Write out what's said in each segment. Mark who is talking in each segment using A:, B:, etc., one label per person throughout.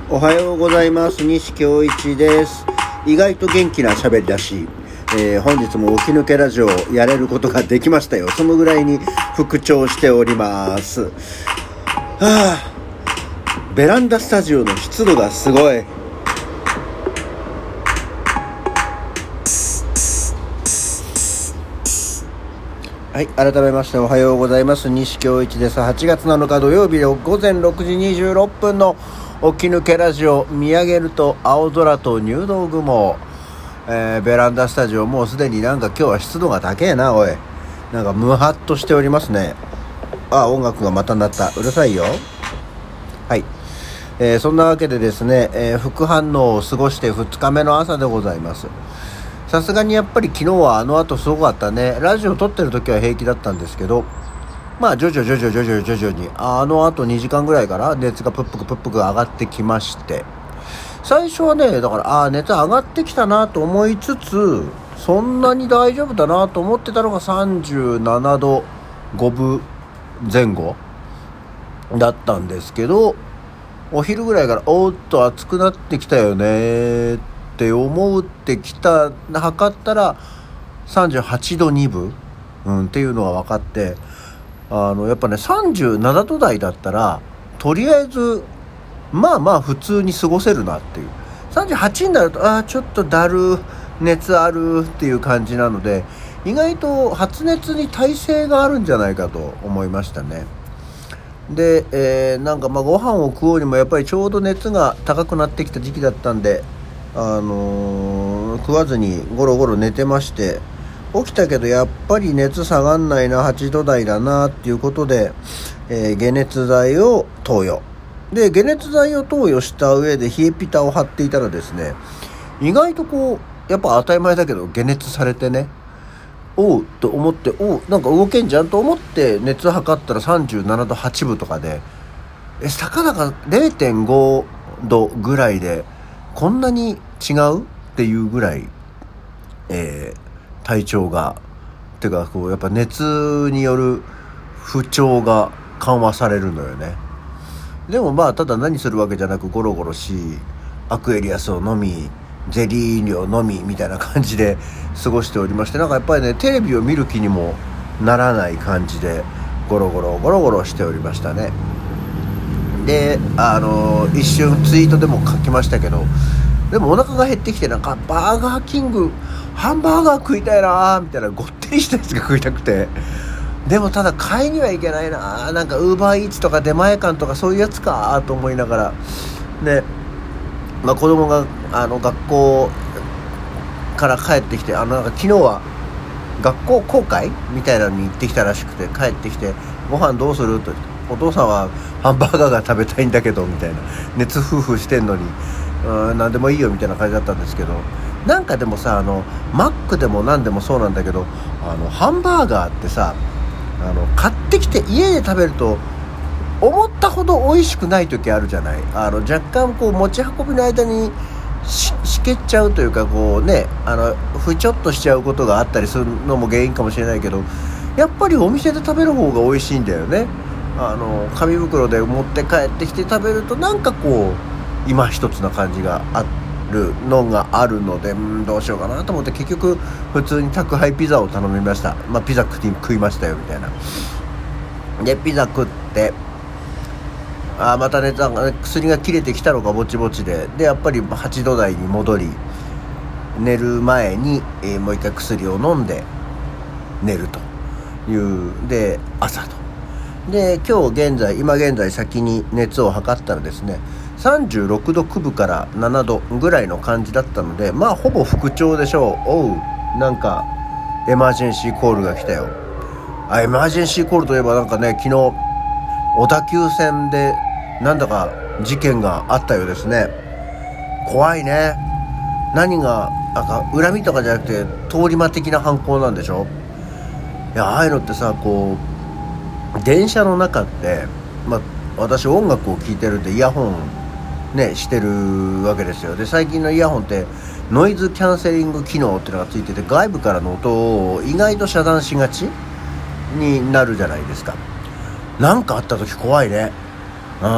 A: おはようございます。西京一です。意外と元気な喋りだし、本日も起き抜けラジオをやれることができましたよ。そのぐらいに復調しております。ベランダスタジオの湿度がすごい。はい、改めましておはようございます。西京一です。8月7日土曜日午前6時26分の起き抜けラジオ。見上げると青空と入道雲、ベランダスタジオ、もうすでになんか今日は湿度が高えな。おい、なんかムハッとしておりますね。音楽がまた鳴った。うるさいよ。はい、そんなわけでですね、副反応を過ごして2日目の朝でございます。さすがにやっぱり昨日は後すごかったね。ラジオ撮ってる時は平気だったんですけど、徐々に後2時間ぐらいから熱がプップク上がってきまして、最初はね、だから熱上がってきたなと思いつつ、そんなに大丈夫だなと思ってたのが37度5分前後だったんですけど、お昼ぐらいからおーっと暑くなってきたよねって思ってきた、測ったら38度2分、っていうのが分かって、やっぱね37度台だったらとりあえず普通に過ごせるなっていう。38になるとちょっとだる、熱あるっていう感じなので、意外と発熱に耐性があるんじゃないかと思いましたね。で、ご飯を食おうにもやっぱりちょうど熱が高くなってきた時期だったんで、食わずにゴロゴロ寝てまして、起きたけどやっぱり熱下がんないな、8度台だなっていうことで、解熱剤を投与で、解熱剤を投与した上で冷えピタを貼っていたらですね、意外とやっぱ当たり前だけど解熱されてね、おうと思って、なんか動けんじゃんと思って熱測ったら37度8分とかで、たかだか 0.5 度ぐらいでこんなに違うっていうぐらい、体調がてかやっぱ熱による不調が緩和されるのよね。でもただ何するわけじゃなく、ゴロゴロし、アクエリアスを飲み、ゼリー飲料飲みみたいな感じで過ごしておりまして、なんかやっぱりね、テレビを見る気にもならない感じでゴロゴロしておりましたね。で、一瞬ツイートでも書きましたけど、でもお腹が減ってきて、なんかバーガーキングハンバーガー食いたいなみたいな、ごってりしたやつが食いたくて、でもただ買いにはいけないな、なんかウーバーイーツとか出前館とかそういうやつかと思いながらで、子供が学校から帰ってきて、なんか昨日は学校公開みたいなのに行ってきたらしくて、帰ってきてご飯どうすると、お父さんはハンバーガーが食べたいんだけどみたいな、熱夫婦してんのに何でもいいよみたいな感じだったんですけど、なんかでもさ、マックでも何でもそうなんだけど、ハンバーガーってさ、買ってきて家で食べると思ったほど美味しくない時あるじゃない。若干持ち運びの間にしけっちゃうというか、ふちょっとしちゃうことがあったりするのも原因かもしれないけど、やっぱりお店で食べる方が美味しいんだよね。紙袋で持って帰ってきて食べると、なんか今一つな感じがあるのがあるので、どうしようかなと思って、結局普通に宅配ピザを頼みました。ピザ食いましたよみたいな。でピザ食って、またね、薬が切れてきたのかぼちぼちで、やっぱり8度台に戻り、寝る前に、もう一回薬を飲んで寝るというで、朝とで、今現在先に熱を測ったらですね、36度9分から7度ぐらいの感じだったので、ほぼ復調でしょう。なんかエマージェンシーコールが来たよ。エマージェンシーコールといえば、なんかね、昨日小田急線でなんだか事件があったようですね。怖いね。何が恨みとかじゃなくて通り魔的な犯行なんでしょ。いや、ああいうのってさ、電車の中って、私音楽を聴いてるんでイヤホンねしてるわけですよ。で、最近のイヤホンってノイズキャンセリング機能っていうのがついてて、外部からの音を意外と遮断しがちになるじゃないですか。なんかあった時怖いね。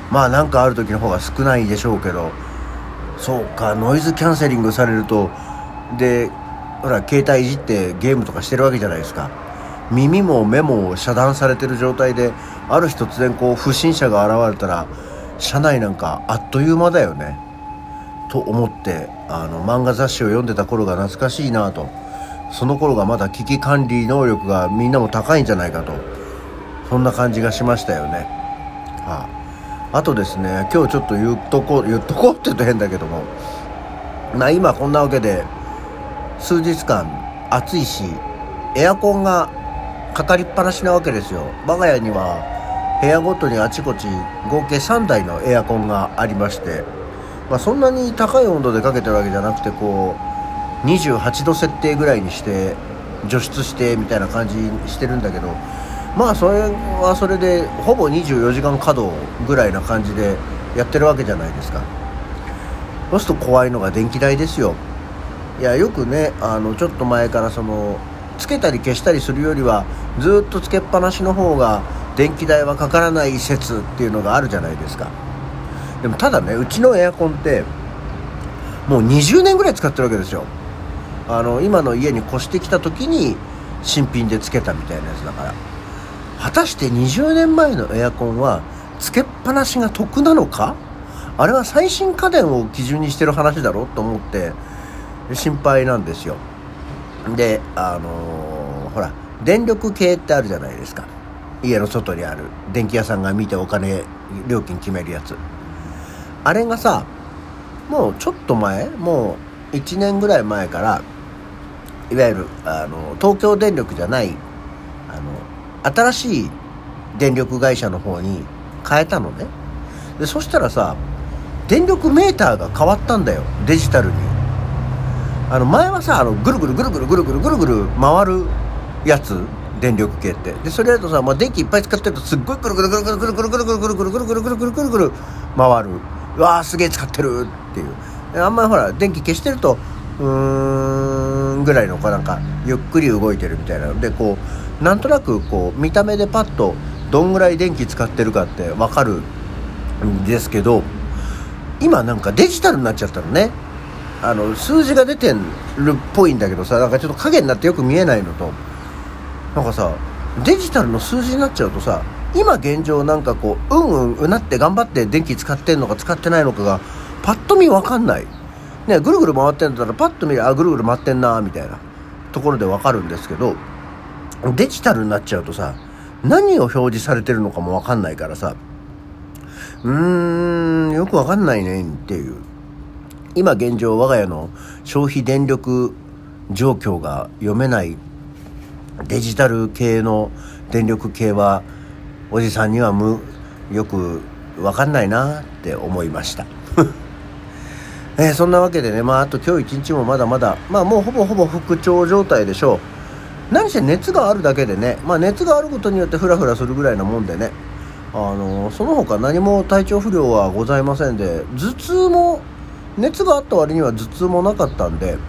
A: まあなんかある時の方が少ないでしょうけど、そうか、ノイズキャンセリングされると、でほら携帯いじってゲームとかしてるわけじゃないですか。耳も目も遮断されてる状態で、ある日突然こう不審者が現れたら車内なんかあっという間だよねと思って、漫画雑誌を読んでた頃が懐かしいなと。その頃がまだ危機管理能力がみんなも高いんじゃないかと、そんな感じがしましたよね。あとですね、今日ちょっと言っとこうって言うと変だけども、今こんなわけで数日間暑いし、エアコンがかかりっぱなしなわけですよ。我が家には部屋ごとにあちこち合計3台のエアコンがありまして、そんなに高い温度でかけてるわけじゃなくて、こう28度設定ぐらいにして除湿してみたいな感じにしてるんだけど、それはそれでほぼ24時間稼働ぐらいな感じでやってるわけじゃないですか。そうすると怖いのが電気代ですよ。いやよくね、ちょっと前からつけたり消したりするよりはずっとつけっぱなしの方が電気代はかからない説っていうのがあるじゃないですか。でもただね、うちのエアコンってもう20年ぐらい使ってるわけですよ。今の家に越してきた時に新品でつけたみたいなやつだから、果たして20年前のエアコンはつけっぱなしが得なのか、あれは最新家電を基準にしてる話だろうと思って心配なんですよ。でほら電力計ってあるじゃないですか。家の外にある電気屋さんが見てお金料金決めるやつ、あれがさ、もうちょっと前、もう1年ぐらい前からいわゆる東京電力じゃない新しい電力会社の方に変えたのね。でそしたらさ、電力メーターが変わったんだよ、デジタルに。前はさ、ぐるぐるぐるぐるぐるぐるぐるぐる回るやつ、電力計って。でそれだとさ、電気いっぱい使ってるとすっごいぐるぐるぐるぐるぐるぐるぐるぐるぐるぐるぐるぐるぐるぐるぐるぐる回る。うわーすげえ使ってるっていう。あんまりほら電気消してるとぐらいのなんかゆっくり動いてるみたいなので、こうなんとなくこう見た目でパッとどんぐらい電気使ってるかって分かるんですけど、今なんかデジタルになっちゃったのね。数字が出てるっぽいんだけどさ、なんかちょっと影になってよく見えないのと、なんかさデジタルの数字になっちゃうとさ、今現状なんかこううなって頑張って電気使ってんのか使ってないのかがパッと見分かんないね。ぐるぐる回ってんだったらパッと見る、ぐるぐる回ってんなみたいなところで分かるんですけど、デジタルになっちゃうとさ、何を表示されてるのかも分かんないからさ、よく分かんないねっていう。今現状我が家の消費電力状況が読めないデジタル系の電力系はおじさんにはよく分かんないなって思いましたそんなわけでね、あと今日一日もまだまだもうほぼ復調状態でしょう。何せ熱があるだけでね、熱があることによってフラフラするぐらいなもんでね、その他何も体調不良はございませんで、頭痛も熱があった割には頭痛もなかったんで、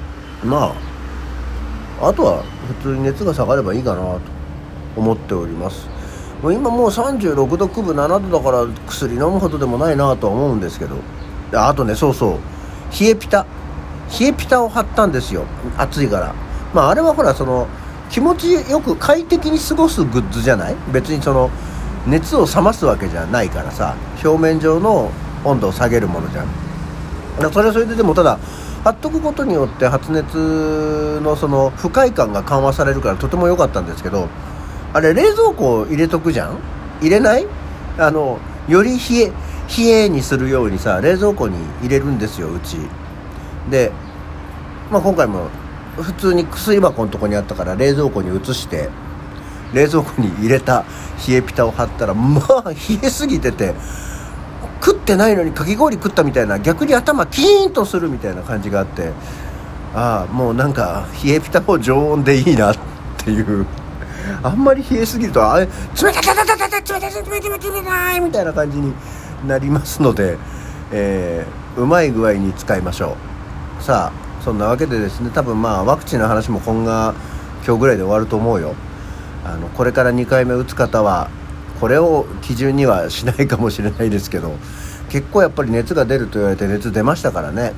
A: あとは普通に熱が下がればいいかなと思っております。今もう36度9分7度だから薬飲むほどでもないなとは思うんですけど、あとね、そう冷えピタを貼ったんですよ、暑いから。あれはほら気持ちよく快適に過ごすグッズじゃない。別に熱を冷ますわけじゃないからさ、表面上の温度を下げるものじゃん。それはそれで、でもただ貼っとくことによって発熱の不快感が緩和されるからとても良かったんですけど、あれ冷蔵庫入れとくじゃん、入れない？より冷えにするようにさ、冷蔵庫に入れるんですよ、うちで。今回も普通に薬箱のとこにあったから冷蔵庫に移して、冷蔵庫に入れた冷えピタを貼ったら、冷えすぎてて、食ってないのにかき氷食ったみたいな、逆に頭キーンとするみたいな感じがあって、もうなんか冷えピタも常温でいいなっていう。あんまり冷えすぎると冷たいみたいな感じになりますので、うまい具合に使いましょう。さあそんなわけでですね、多分ワクチンの話も今日ぐらいで終わると思うよ。これから2回目打つ方はこれを基準にはしないかもしれないですけど、結構やっぱり熱が出ると言われて熱出ましたからね、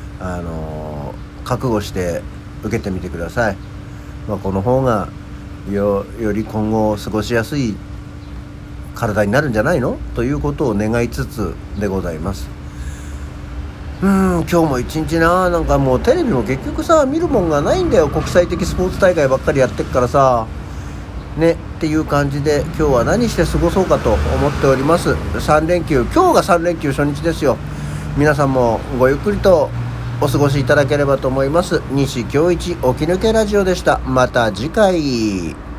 A: 覚悟して受けてみてください。この方がより今後過ごしやすい体になるんじゃないのということを願いつつでございます。今日も一日なんかもうテレビも結局さ見るもんがないんだよ。国際的スポーツ大会ばっかりやってっからさねっていう感じで、今日は何して過ごそうかと思っております。3連休、今日が3連休初日ですよ。皆さんもごゆっくりとお過ごしいただければと思います。西京一起き抜けラジオでした。また次回。